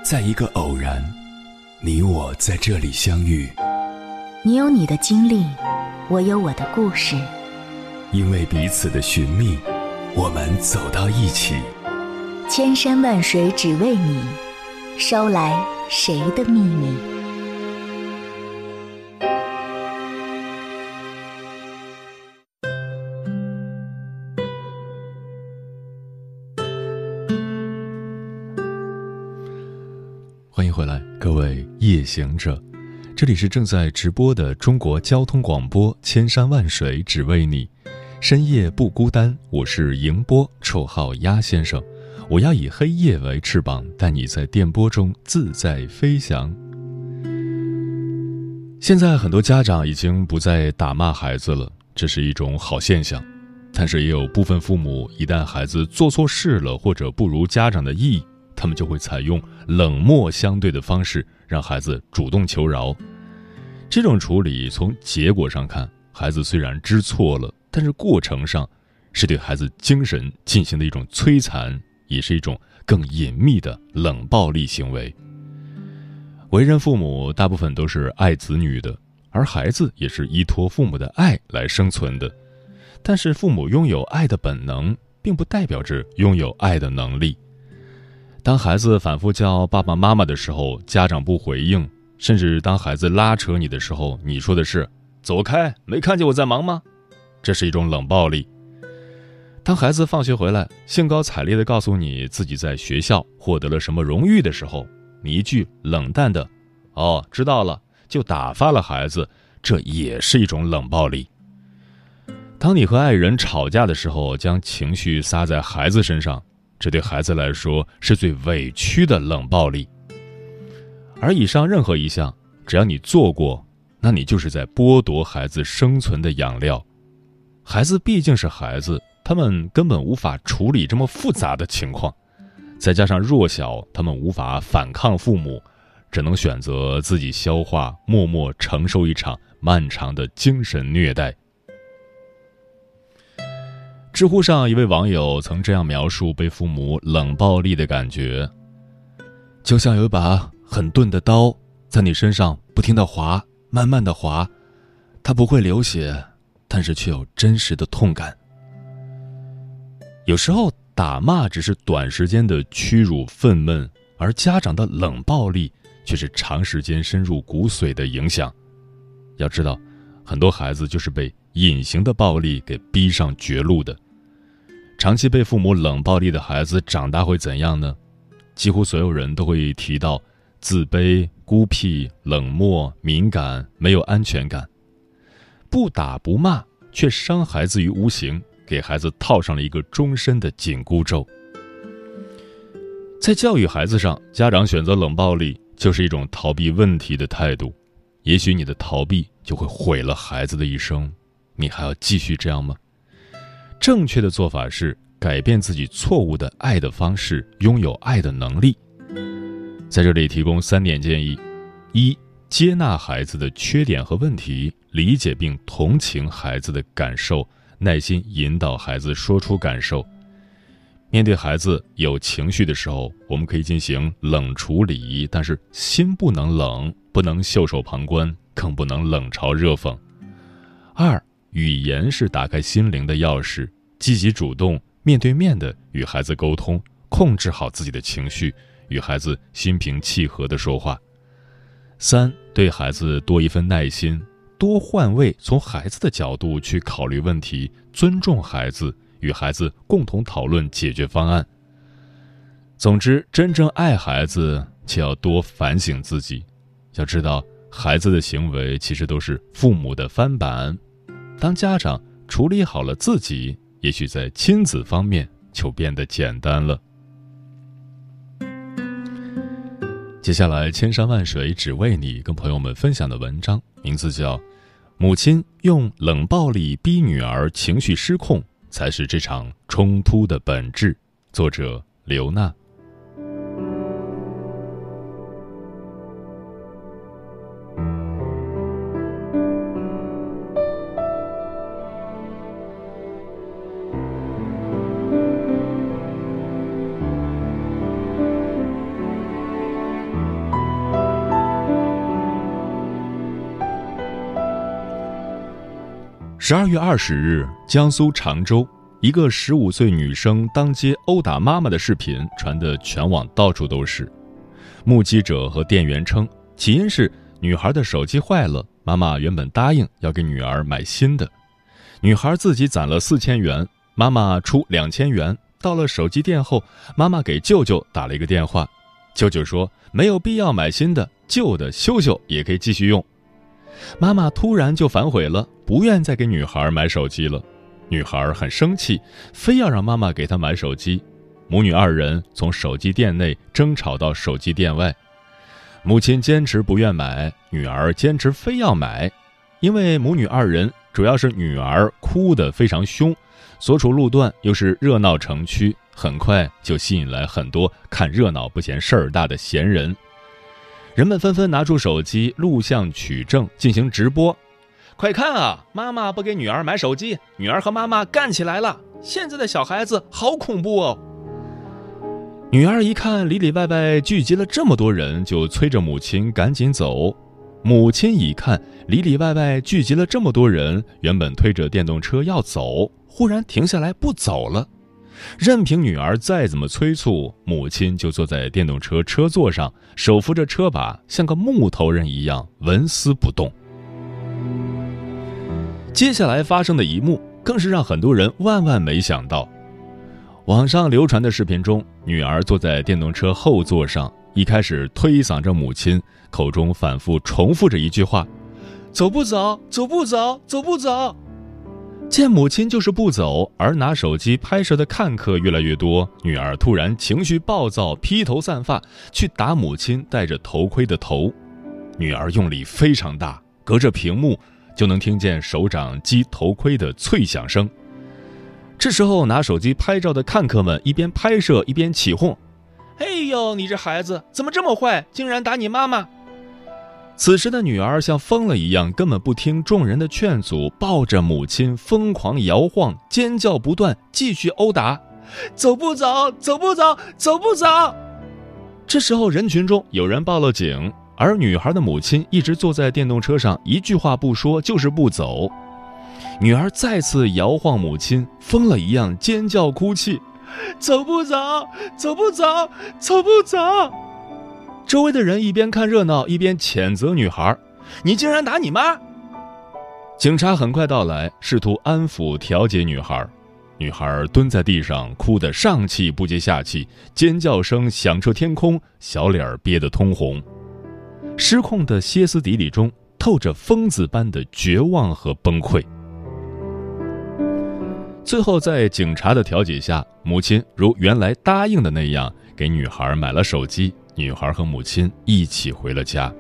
在一个偶然，你我在这里相遇。 你有你的经历，我有我的故事。 因为彼此的寻觅，我们走到一起。 千山万水只为你，捎来谁的秘密？ 欢迎回来，各位夜行者，这里是正在直播的中国交通广播，千山万水只为你，深夜不孤单。我是迎波，绰号鸭先生。我要以黑夜为翅膀，带你在电波中自在飞翔。现在很多家长已经不再打骂孩子了，这是一种好现象。但是也有部分父母，一旦孩子做错事了，或者不如家长的意，他们就会采用冷漠相对的方式，让孩子主动求饶。这种处理从结果上看，孩子虽然知错了，但是过程上是对孩子精神进行的一种摧残，也是一种更隐秘的冷暴力行为。为人父母大部分都是爱子女的，而孩子也是依托父母的爱来生存的。但是父母拥有爱的本能，并不代表着拥有爱的能力。当孩子反复叫爸爸妈妈的时候，家长不回应，甚至当孩子拉扯你的时候，你说的是走开，没看见我在忙吗？这是一种冷暴力。当孩子放学回来，兴高采烈地告诉你自己在学校获得了什么荣誉的时候，你一句冷淡的哦，知道了，就打发了孩子，这也是一种冷暴力。当你和爱人吵架的时候，将情绪撒在孩子身上，这对孩子来说是最委屈的冷暴力。而以上任何一项，只要你做过，那你就是在剥夺孩子生存的养料。孩子毕竟是孩子，他们根本无法处理这么复杂的情况，再加上弱小，他们无法反抗父母，只能选择自己消化，默默承受一场漫长的精神虐待。知乎上一位网友曾这样描述被父母冷暴力的感觉：就像有一把很钝的刀在你身上不停地划，慢慢地划，它不会流血，但是却有真实的痛感。有时候打骂只是短时间的屈辱愤懑，而家长的冷暴力却是长时间深入骨髓的影响。要知道，很多孩子就是被隐形的暴力给逼上绝路的。长期被父母冷暴力的孩子长大会怎样呢？几乎所有人都会提到自卑、孤僻、冷漠、敏感、没有安全感。不打不骂，却伤孩子于无形，给孩子套上了一个终身的紧箍咒。在教育孩子上，家长选择冷暴力就是一种逃避问题的态度。也许你的逃避就会毁了孩子的一生，你还要继续这样吗？正确的做法是改变自己错误的爱的方式，拥有爱的能力。在这里提供3点建议：一、接纳孩子的缺点和问题，理解并同情孩子的感受，耐心引导孩子说出感受。面对孩子有情绪的时候，我们可以进行冷处理，但是心不能冷，不能袖手旁观，更不能冷嘲热讽。二、语言是打开心灵的钥匙，积极主动面对面的与孩子沟通，控制好自己的情绪，与孩子心平气和地说话。三、对孩子多一份耐心，多换位，从孩子的角度去考虑问题，尊重孩子，与孩子共同讨论解决方案。总之，真正爱孩子，就要多反省自己。要知道，孩子的行为其实都是父母的翻版。当家长处理好了自己，也许在亲子方面就变得简单了。接下来，千山万水只为你跟朋友们分享的文章，名字叫《母亲用冷暴力逼女儿情绪失控，才是这场冲突的本质》，作者刘娜。 12月20日，江苏常州，一个15岁女生当街殴打妈妈的视频传得全网到处都是。目击者和店员称，起因是女孩的手机坏了，妈妈原本答应要给女儿买新的，女孩自己攒了4000元，妈妈出2000元。到了手机店后，妈妈给舅舅打了一个电话，舅舅说没有必要买新的，旧的修修也可以继续用。妈妈突然就反悔了，不愿再给女孩买手机了。女孩很生气，非要让妈妈给她买手机。母女二人从手机店内争吵到手机店外，母亲坚持不愿买，女儿坚持非要买。因为母女二人，主要是女儿哭得非常凶，所处路段又是热闹城区，很快就吸引来很多看热闹不嫌事儿大的闲人。人们纷纷拿出手机录像取证，进行直播。快看啊，妈妈不给女儿买手机，女儿和妈妈干起来了，现在的小孩子好恐怖哦。女儿一看里里外外聚集了这么多人，就催着母亲赶紧走。母亲一看里里外外聚集了这么多人，原本推着电动车要走，忽然停下来不走了。任凭女儿再怎么催促，母亲就坐在电动车车座上，手扶着车把，像个木头人一样纹丝不动。接下来发生的一幕更是让很多人万万没想到。网上流传的视频中，女儿坐在电动车后座上，一开始推搡着母亲，口中反复重复着一句话：走不走，走不走，走不走。见母亲就是不走，而拿手机拍摄的看客越来越多，女儿突然情绪暴躁，披头散发去打母亲戴着头盔的头。女儿用力非常大，隔着屏幕就能听见手掌击头盔的脆响声。这时候拿手机拍照的看客们一边拍摄一边起哄：哎呦，你这孩子怎么这么坏，竟然打你妈妈。此时的女儿像疯了一样，根本不听众人的劝阻，抱着母亲疯狂摇晃，尖叫不断，继续殴打：走不走，走不走，走不走。这时候人群中有人报了警，而女孩的母亲一直坐在电动车上，一句话不说，就是不走。女儿再次摇晃母亲，疯了一样尖叫哭泣：走不走，走不走，走不走。周围的人一边看热闹一边谴责女孩：你竟然打你妈。警察很快到来，试图安抚调解女孩。女孩蹲在地上，哭得上气不接下气，尖叫声响彻天空，小脸憋得通红。失控的歇斯底里中透着疯子般的绝望和崩溃。最后在警察的调解下，母亲如原来答应的那样给女孩买了手机，女孩和母亲一起回了家。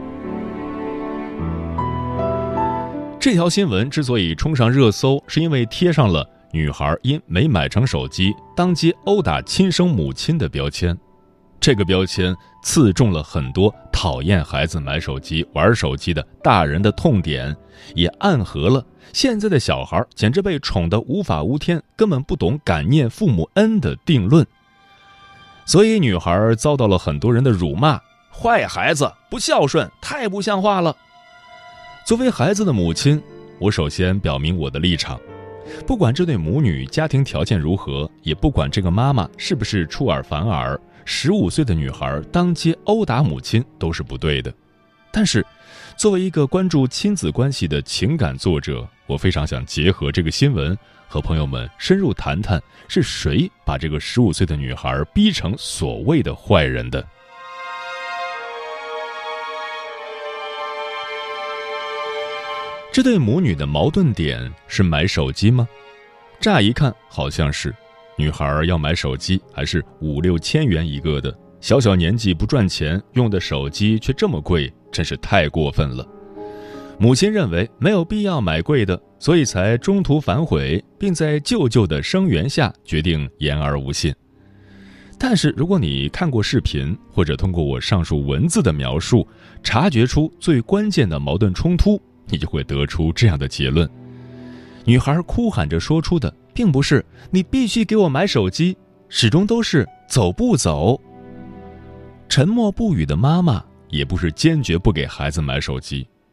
这条新闻之所以冲上热搜，是因为贴上了女孩因没买成手机当街殴打亲生母亲的标签。这个标签刺中了很多讨厌孩子买手机玩手机的大人的痛点，也暗合了现在的小孩简直被宠得无法无天，根本不懂感念父母恩的定论。所以女孩遭到了很多人的辱骂：坏孩子，不孝顺，太不像话了。作为孩子的母亲，我首先表明我的立场，不管这对母女家庭条件如何，也不管这个妈妈是不是出尔反尔，15岁的女孩当街殴打母亲都是不对的。但是作为一个关注亲子关系的情感作者，我非常想结合这个新闻和朋友们深入谈谈，是谁把这个15岁的女孩逼成所谓的坏人的。这对母女的矛盾点是买手机吗？乍一看好像是，女孩要买手机还是5、6千元一个的，小小年纪不赚钱，用的手机却这么贵，真是太过分了。母亲认为没有必要买贵的，所以才中途反悔，并在舅舅的声援下决定言而无信。但是如果你看过视频，或者通过我上述文字的描述，察觉出最关键的矛盾冲突，你就会得出这样的结论：女孩哭喊着说出的并不是你必须给我买手机，始终都是走不走。沉默不语的妈妈也不是坚决不给孩子买手机，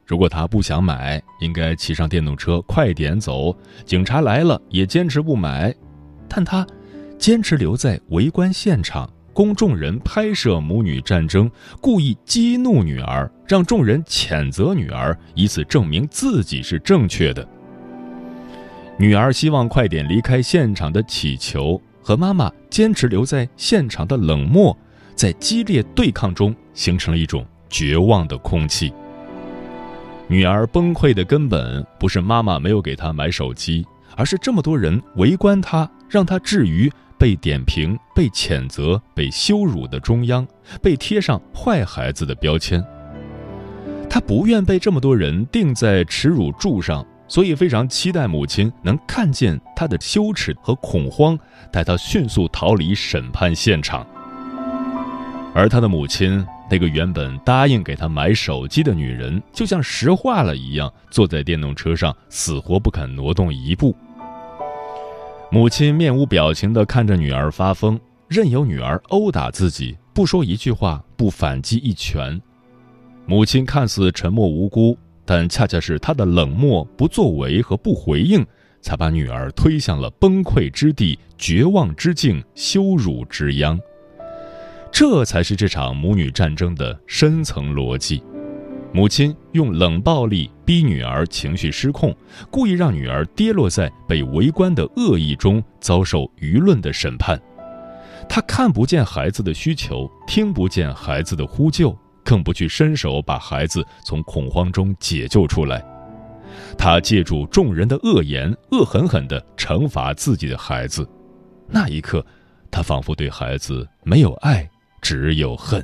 如果他不想买，应该骑上电动车快点走，警察来了也坚持不买。但他坚持留在围观现场，公众人拍摄母女战争，故意激怒女儿，让众人谴责女儿，以此证明自己是正确的。女儿希望快点离开现场的乞求和妈妈坚持留在现场的冷漠，在激烈对抗中形成了一种绝望的空气。女儿崩溃的根本不是妈妈没有给她买手机，而是这么多人围观她，让她置于被点评、被谴责、被羞辱的中央，被贴上坏孩子的标签。她不愿被这么多人钉在耻辱柱上，所以非常期待母亲能看见她的羞耻和恐慌，带她迅速逃离审判现场。而她的母亲，那个原本答应给她买手机的女人，就像石化了一样，坐在电动车上，死活不肯挪动一步。母亲面无表情地看着女儿发疯，任由女儿殴打自己，不说一句话，不反击一拳。母亲看似沉默无辜，但恰恰是她的冷漠、不作为和不回应，才把女儿推向了崩溃之地、绝望之境、羞辱之央。这才是这场母女战争的深层逻辑。母亲用冷暴力逼女儿情绪失控，故意让女儿跌落在被围观的恶意中，遭受舆论的审判。她看不见孩子的需求，听不见孩子的呼救，更不去伸手把孩子从恐慌中解救出来。她借助众人的恶言，恶狠狠地惩罚自己的孩子。那一刻，她仿佛对孩子没有爱，只有恨。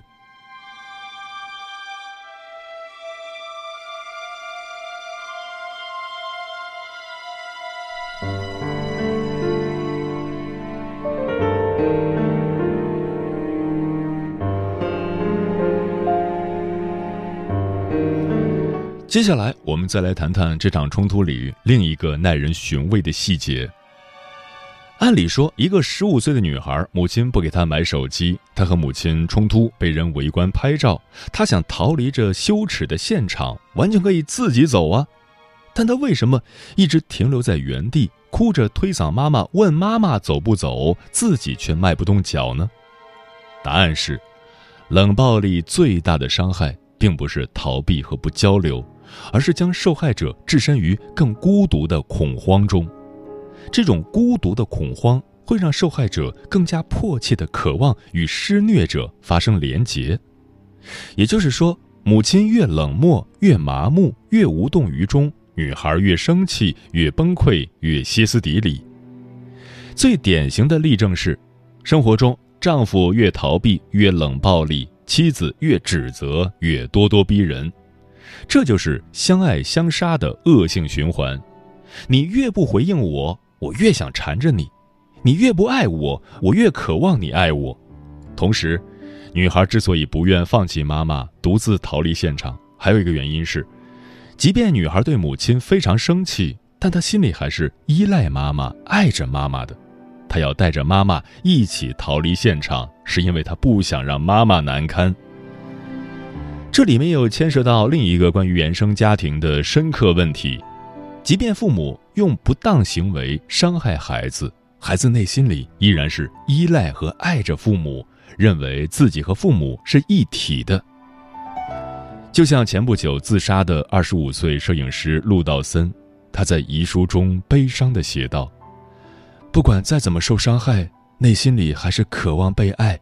接下来，我们再来谈谈这场冲突里另一个耐人寻味的细节。按理说，一个15岁的女孩，母亲不给她买手机，她和母亲冲突，被人围观拍照，她想逃离这羞耻的现场，完全可以自己走啊。但她为什么一直停留在原地，哭着推搡妈妈，问妈妈走不走，自己却迈不动脚呢？答案是，冷暴力最大的伤害并不是逃避和不交流，而是将受害者置身于更孤独的恐慌中。这种孤独的恐慌会让受害者更加迫切地渴望与施虐者发生连结。也就是说，母亲越冷漠，越麻木，越无动于衷，女孩越生气，越崩溃，越歇斯底里。最典型的例证是，生活中丈夫越逃避，越冷暴力，妻子越指责，越咄咄逼人。这就是相爱相杀的恶性循环。你越不回应我，我越想缠着你；你越不爱我，我越渴望你爱我。同时，女孩之所以不愿放弃妈妈，独自逃离现场，还有一个原因是，即便女孩对母亲非常生气，但她心里还是依赖妈妈，爱着妈妈的。她要带着妈妈一起逃离现场，是因为她不想让妈妈难堪。这里面又牵涉到另一个关于原生家庭的深刻问题。即便父母用不当行为伤害孩子，孩子内心里依然是依赖和爱着父母，认为自己和父母是一体的。就像前不久自杀的25岁摄影师陆道森，他在遗书中悲伤地写道：不管再怎么受伤害，内心里还是渴望被爱。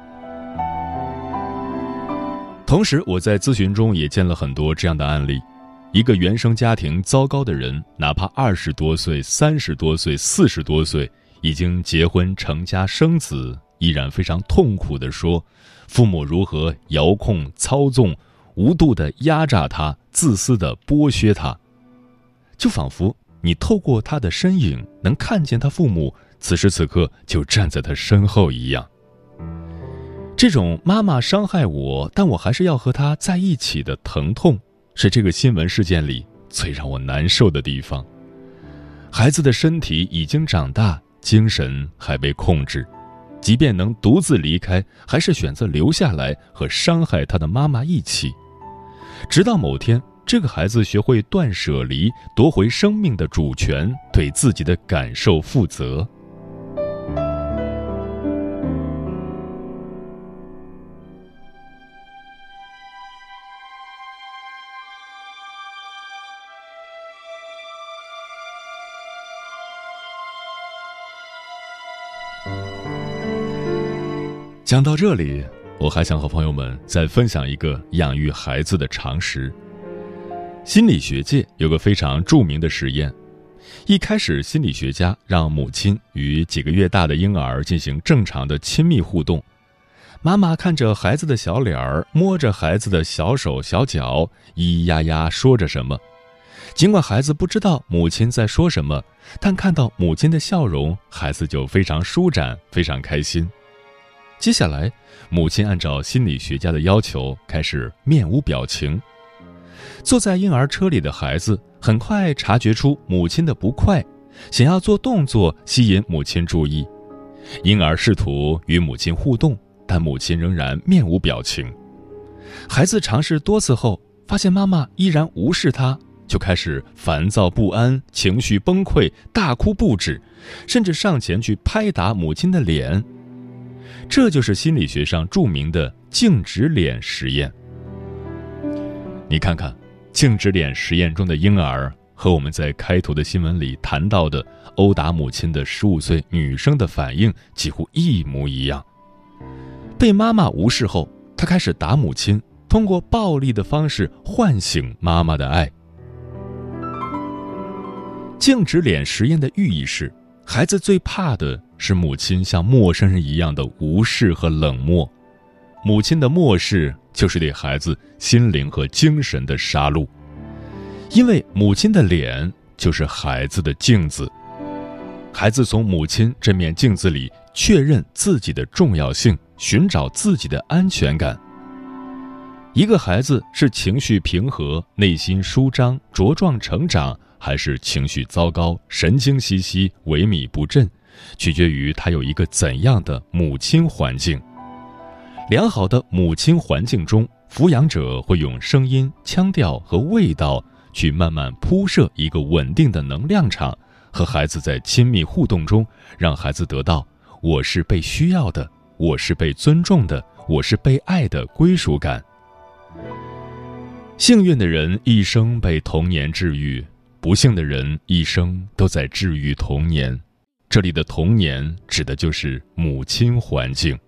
同时，我在咨询中也见了很多这样的案例。一个原生家庭糟糕的人，哪怕20多岁、30多岁、40多岁，已经结婚成家生子，依然非常痛苦地说，父母如何遥控、操纵，无度地压榨他，自私地剥削他。就仿佛你透过他的身影，能看见他父母此时此刻就站在他身后一样。这种妈妈伤害我，但我还是要和他在一起的疼痛，是这个新闻事件里最让我难受的地方。孩子的身体已经长大，精神还被控制，即便能独自离开，还是选择留下来和伤害他的妈妈一起。直到某天， 这个孩子学会断舍离，夺回生命的主权，对自己的感受负责。讲到这里，我还想和朋友们再分享一个养育孩子的常识。心理学界有个非常著名的实验，一开始心理学家让母亲与几个月大的婴儿进行正常的亲密互动，妈妈看着孩子的小脸儿，摸着孩子的小手小脚，咿咿呀呀说着什么。尽管孩子不知道母亲在说什么，但看到母亲的笑容，孩子就非常舒展，非常开心。接下来，母亲按照心理学家的要求开始面无表情。坐在婴儿车里的孩子很快察觉出母亲的不快，想要做动作吸引母亲注意。婴儿试图与母亲互动，但母亲仍然面无表情。孩子尝试多次后，发现妈妈依然无视他，就开始烦躁不安，情绪崩溃，大哭不止，甚至上前去拍打母亲的脸。这就是心理学上著名的静止脸实验。你看看，静止脸实验中的婴儿和我们在开头的新闻里谈到的殴打母亲的15岁女生的反应几乎一模一样。被妈妈无视后，她开始打母亲，通过暴力的方式唤醒妈妈的爱。静止脸实验的寓意是，孩子最怕的是母亲像陌生人一样的无视和冷漠，母亲的漠视就是对孩子心灵和精神的杀戮。因为母亲的脸就是孩子的镜子，孩子从母亲这面镜子里确认自己的重要性，寻找自己的安全感。一个孩子是情绪平和，内心舒张，茁壮成长，还是情绪糟糕，神经兮兮，萎靡不振，取决于他有一个怎样的母亲环境。良好的母亲环境中，抚养者会用声音、腔调和味道去慢慢铺设一个稳定的能量场，和孩子在亲密互动中，让孩子得到我是被需要的，我是被尊重的，我是被爱的归属感。幸运的人一生被童年治愈，不幸的人一生都在治愈童年。这里的童年指的就是母亲环境。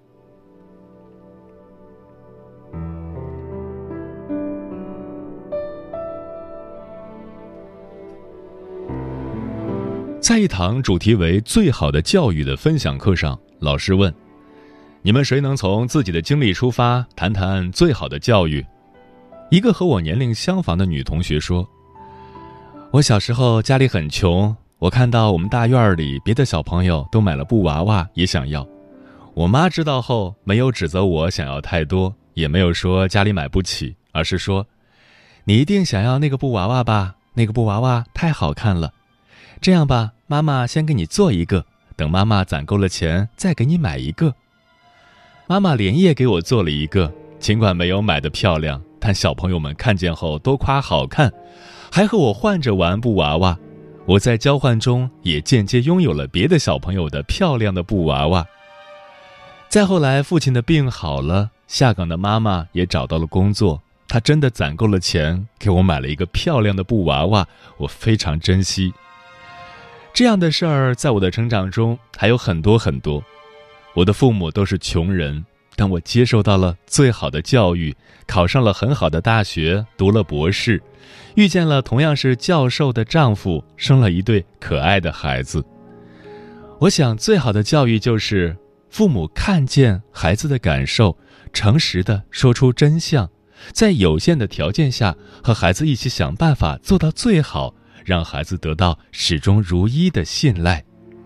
在一堂主题为最好的教育的分享课上，老师问，你们谁能从自己的经历出发，谈谈最好的教育？一个和我年龄相仿的女同学说，我小时候家里很穷，我看到我们大院里别的小朋友都买了布娃娃，也想要。我妈知道后没有指责我想要太多，也没有说家里买不起，而是说，你一定想要那个布娃娃吧，那个布娃娃太好看了。这样吧，妈妈先给你做一个，等妈妈攒够了钱再给你买一个。妈妈连夜给我做了一个，尽管没有买得漂亮，但小朋友们看见后都夸好看，还和我换着玩布娃娃。我在交换中也间接拥有了别的小朋友的漂亮的布娃娃。再后来，父亲的病好了，下岗的妈妈也找到了工作，她真的攒够了钱，给我买了一个漂亮的布娃娃，我非常珍惜。这样的事儿在我的成长中还有很多很多。我的父母都是穷人，但我接受到了最好的教育，考上了很好的大学，读了博士，遇见了同样是教授的丈夫，生了一对可爱的孩子。我想最好的教育就是父母看见孩子的感受，诚实地说出真相，在有限的条件下和孩子一起想办法做到最好，让孩子得到始终如一的信赖。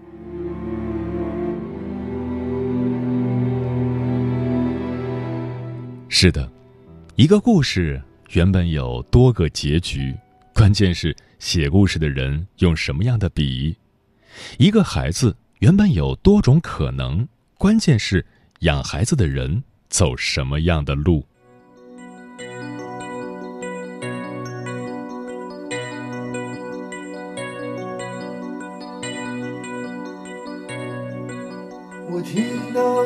是的，一个故事原本有多个结局，关键是写故事的人用什么样的笔。一个孩子原本有多种可能，关键是养孩子的人走什么样的路。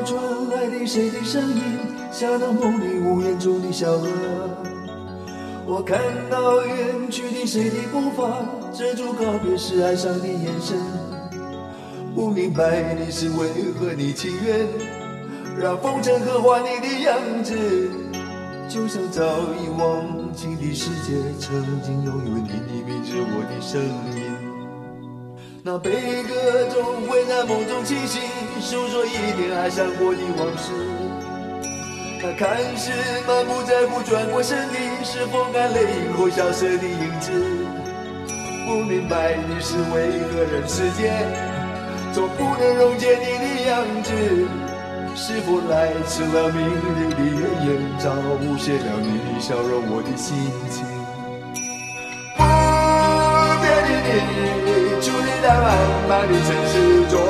传来的谁的声音，像那梦里屋檐中的小河。我看到远去的谁的步伐，遮住告别时哀伤的眼神。不明白你是为何你情愿让风尘刻画你的样子，就像早已忘情的世界曾经拥有你的名字，我的声音。那悲歌总会在梦中清醒，诉说一点爱上过的往事。那看似满不在乎转过身的，是风干泪影后消失的影子。不明白你是为何人世间总不能溶解你的样子，是否来迟了明日的月圆，早无限了你的笑容，我的心情。不变的你，矗立在茫茫的城市中，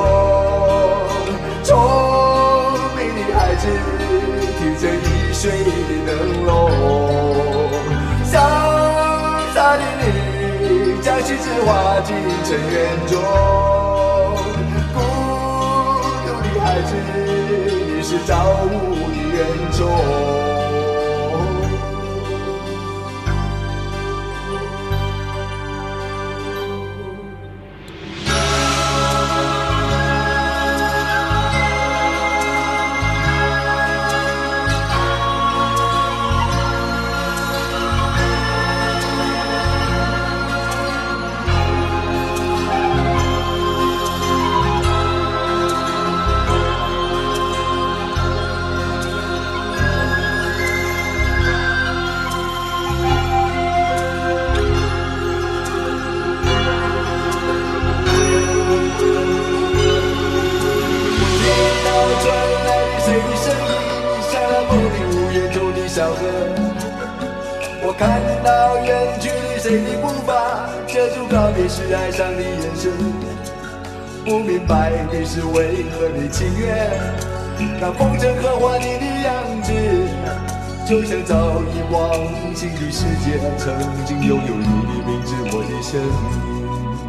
聪明的孩子提着易碎的灯笼，潇洒的你将心事化进尘缘中，孤独的孩子你是造物的恩宠。我看到远去的谁的步伐，遮住告别时哀伤的眼神。不明白你是为何的情愿让风尘刻画你的样子，就像早已忘情的世界曾经拥有你的名字，我的声音。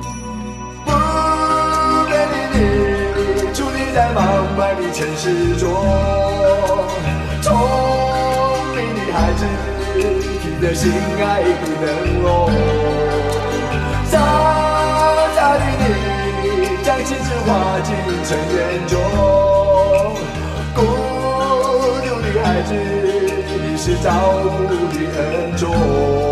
不变的你，矗立在茫茫的城市中，聪明的孩子提着心爱的灯笼，傻傻的你将心事化进尘缘中，孤独的孩子你是造物的恩宠。